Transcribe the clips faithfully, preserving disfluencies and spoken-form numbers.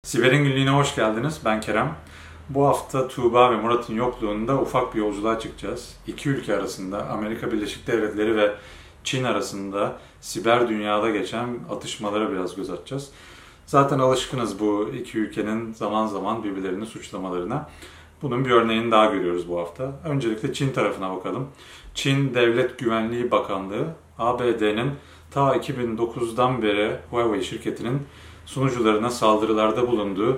Siber'in Günlüğü'ne hoş geldiniz. Ben Kerem. Bu hafta Tuğba ve Murat'ın yokluğunda ufak bir yolculuğa çıkacağız. İki ülke arasında, Amerika Birleşik Devletleri ve Çin arasında siber dünyada geçen atışmalara biraz göz atacağız. Zaten alışkınız bu iki ülkenin zaman zaman birbirlerini suçlamalarına. Bunun bir örneğini daha görüyoruz bu hafta. Öncelikle Çin tarafına bakalım. Çin Devlet Güvenliği Bakanlığı, A B D'nin ta iki bin dokuzdan beri Huawei şirketinin sunucularına saldırılarda bulunduğu,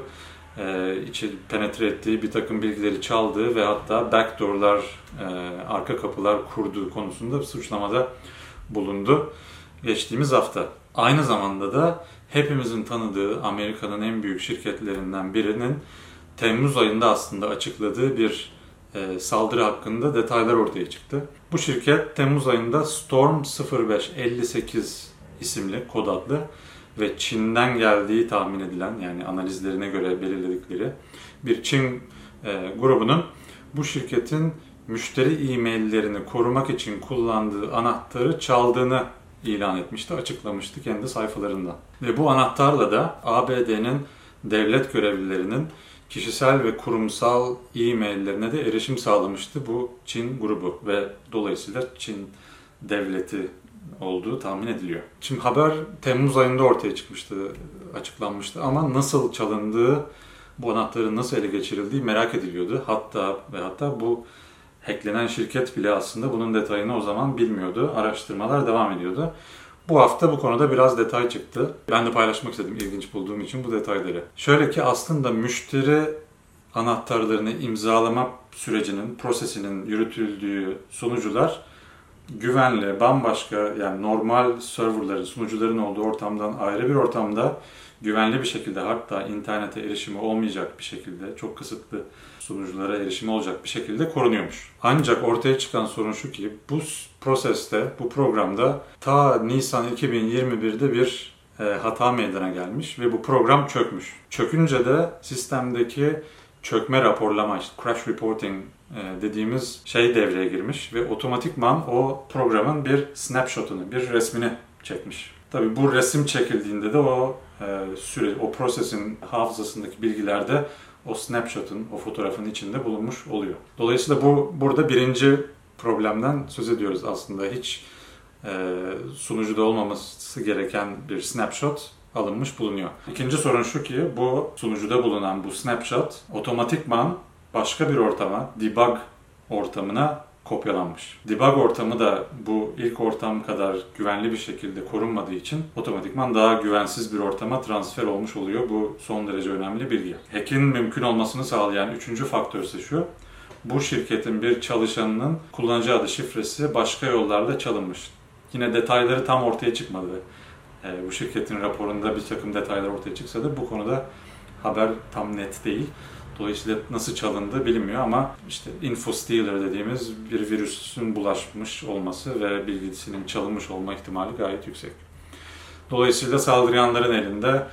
e, içi penetre ettiği, bir takım bilgileri çaldığı ve hatta backdoor'lar, e, arka kapılar kurduğu konusunda bir suçlamada bulundu geçtiğimiz hafta. Aynı zamanda da hepimizin tanıdığı Amerika'nın en büyük şirketlerinden birinin Temmuz ayında aslında açıkladığı bir e, saldırı hakkında detaylar ortaya çıktı. Bu şirket Temmuz ayında Storm sıfır beş elli sekiz isimli kod adlı ve Çin'den geldiği tahmin edilen, yani analizlerine göre belirledikleri bir Çin e, grubunun bu şirketin müşteri e-maillerini korumak için kullandığı anahtarı çaldığını ilan etmişti, açıklamıştı kendi sayfalarından. Ve bu anahtarla da A B D'nin devlet görevlilerinin kişisel ve kurumsal e-maillerine de erişim sağlamıştı bu Çin grubu ve dolayısıyla Çin devleti olduğu tahmin ediliyor. Şimdi haber Temmuz ayında ortaya çıkmıştı, açıklanmıştı ama nasıl çalındığı, bu anahtarın nasıl ele geçirildiği merak ediliyordu. Hatta ve hatta bu hacklenen şirket bile aslında bunun detayını o zaman bilmiyordu. Araştırmalar devam ediyordu. Bu hafta bu konuda biraz detay çıktı. Ben de paylaşmak istedim ilginç bulduğum için bu detayları. Şöyle ki aslında müşteri anahtarlarını imzalama sürecinin, prosesinin yürütüldüğü sunucular güvenli, bambaşka, yani normal serverların, sunucuların olduğu ortamdan ayrı bir ortamda güvenli bir şekilde, hatta internete erişimi olmayacak bir şekilde, çok kısıtlı sunuculara erişimi olacak bir şekilde korunuyormuş. Ancak ortaya çıkan sorun şu ki bu proseste, bu programda ta Nisan iki bin yirmi birde bir e, hata meydana gelmiş ve bu program çökmüş. Çökünce de sistemdeki çökme raporlama, işte crash reporting dediğimiz şey devreye girmiş ve otomatikman o programın bir snapshot'unu, bir resmini çekmiş. Tabii bu resim çekildiğinde de o e, süre, o prosesin hafızasındaki bilgiler de o snapshot'un, o fotoğrafın içinde bulunmuş oluyor. Dolayısıyla bu burada birinci problemden söz ediyoruz aslında. Hiç e, sunucuda olmaması gereken bir snapshot alınmış bulunuyor. İkinci sorun şu ki bu sunucuda bulunan bu snapshot otomatikman başka bir ortama, debug ortamına kopyalanmış. Debug ortamı da bu ilk ortam kadar güvenli bir şekilde korunmadığı için otomatikman daha güvensiz bir ortama transfer olmuş oluyor. Bu son derece önemli bilgi. Hack'in mümkün olmasını sağlayan üçüncü faktör ise şu: bu şirketin bir çalışanının kullanıcı adı şifresi başka yollarla çalınmış. Yine detayları tam ortaya çıkmadı ve e, bu şirketin raporunda bir takım detaylar ortaya çıksa da bu konuda haber tam net değil. Dolayısıyla nasıl çalındığı bilinmiyor ama işte infostealer dediğimiz bir virüsün bulaşmış olması ve bilgisinin çalınmış olma ihtimali gayet yüksek. Dolayısıyla saldırganların elinde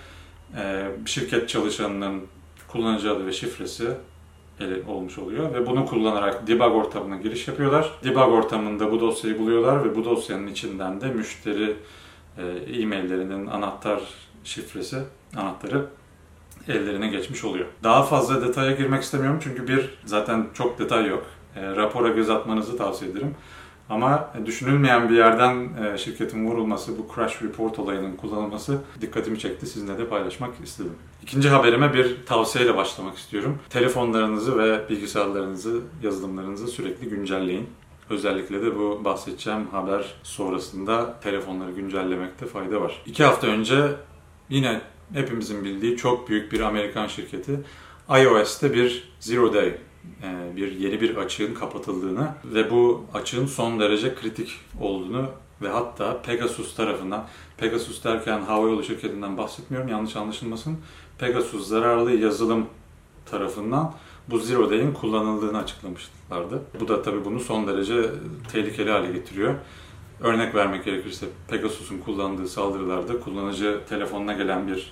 bir şirket çalışanının kullanıcı adı ve şifresi ele olmuş oluyor ve bunu kullanarak debug ortamına giriş yapıyorlar. Debug ortamında bu dosyayı buluyorlar ve bu dosyanın içinden de müşteri e-maillerinin anahtar şifresi, anahtarı ellerine geçmiş oluyor. Daha fazla detaya girmek istemiyorum çünkü bir, zaten çok detay yok. E, rapora göz atmanızı tavsiye ederim. Ama düşünülmeyen bir yerden e, şirketin vurulması, bu crash report olayının kullanılması dikkatimi çekti. Sizinle de paylaşmak istedim. İkinci haberime bir tavsiyeyle başlamak istiyorum. Telefonlarınızı ve bilgisayarlarınızı, yazılımlarınızı sürekli güncelleyin. Özellikle de bu bahsedeceğim haber sonrasında telefonları güncellemekte fayda var. İki hafta önce yine hepimizin bildiği çok büyük bir Amerikan şirketi iOS'te bir Zero Day, bir yeni bir açığın kapatıldığını ve bu açığın son derece kritik olduğunu ve hatta Pegasus tarafından, Pegasus derken havayolu şirketinden bahsetmiyorum, yanlış anlaşılmasın, Pegasus zararlı yazılım tarafından bu Zero Day'in kullanıldığını açıklamışlardı. Bu da tabii bunu son derece tehlikeli hale getiriyor. Örnek vermek gerekirse Pegasus'un kullandığı saldırılarda kullanıcı telefonuna gelen bir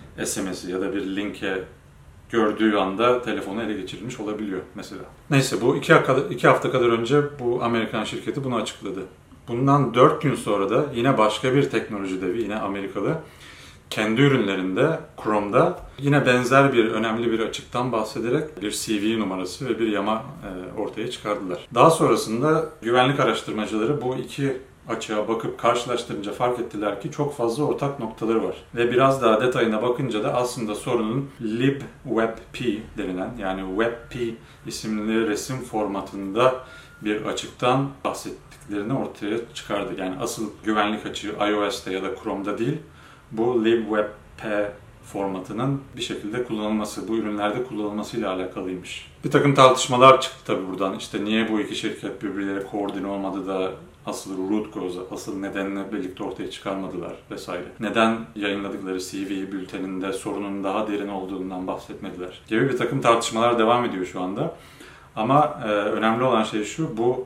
S M S'i ya da bir linke gördüğü anda telefonu ele geçirilmiş olabiliyor mesela. Neyse, bu iki, iki hafta kadar önce bu Amerikan şirketi bunu açıkladı. Bundan dört gün sonra da yine başka bir teknoloji devi, yine Amerikalı kendi ürünlerinde Chrome'da yine benzer bir önemli bir açıktan bahsederek bir C V numarası ve bir yama ortaya çıkardılar. Daha sonrasında güvenlik araştırmacıları bu iki açığa bakıp karşılaştırınca fark ettiler ki çok fazla ortak noktaları var. Ve biraz daha detayına bakınca da aslında sorunun libwebp denilen, yani WebP isimli resim formatında bir açıktan bahsettiklerini ortaya çıkardı. Yani asıl güvenlik açığı iOS'te ya da Chrome'da değil, bu libwebp formatının bir şekilde kullanılması, bu ürünlerde kullanılmasıyla alakalıymış. Bir takım tartışmalar çıktı tabii buradan. İşte niye bu iki şirket birbirleriyle koordine olmadı da asıl root cause'u, asıl nedenle birlikte ortaya çıkarmadılar vesaire. Neden yayınladıkları C V bülteninde sorunun daha derin olduğundan bahsetmediler gibi bir takım tartışmalar devam ediyor şu anda. Ama e, önemli olan şey şu, bu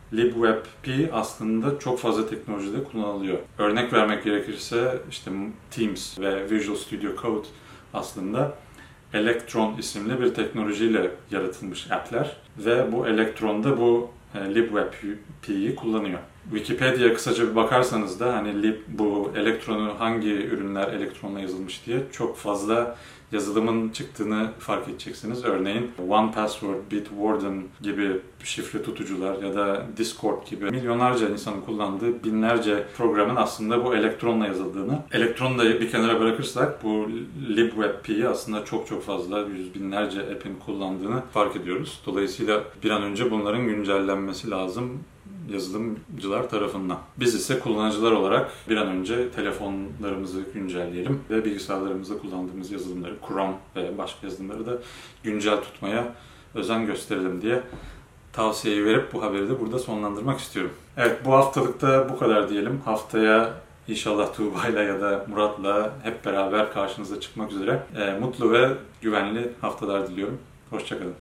libwebp aslında çok fazla teknolojide kullanılıyor. Örnek vermek gerekirse işte Teams ve Visual Studio Code aslında Electron isimli bir teknolojiyle yaratılmış app'ler ve bu Electron'da bu e, libwebp'yi kullanıyor. Wikipedia'ya kısaca bir bakarsanız da hani lib, bu elektronu hangi ürünler elektronla yazılmış diye çok fazla yazılımın çıktığını fark edeceksiniz. Örneğin one password, Bitwarden gibi şifre tutucular ya da Discord gibi milyonlarca insanın kullandığı binlerce programın aslında bu elektronla yazıldığını, elektronu da bir kenara bırakırsak bu libwebp'yi aslında çok çok fazla yüz binlerce app'in kullandığını fark ediyoruz. Dolayısıyla bir an önce bunların güncellenmesi lazım yazılımcılar tarafından. Biz ise kullanıcılar olarak bir an önce telefonlarımızı güncelleyelim ve bilgisayarlarımızda kullandığımız yazılımları, Chrome ve başka yazılımları da güncel tutmaya özen gösterelim diye tavsiyeyi verip bu haberi de burada sonlandırmak istiyorum. Evet, bu haftalıkta bu kadar diyelim. Haftaya İnşallah Tuğba'yla ya da Murat'la hep beraber karşınıza çıkmak üzere. E, mutlu ve güvenli haftalar diliyorum. Hoşça kalın.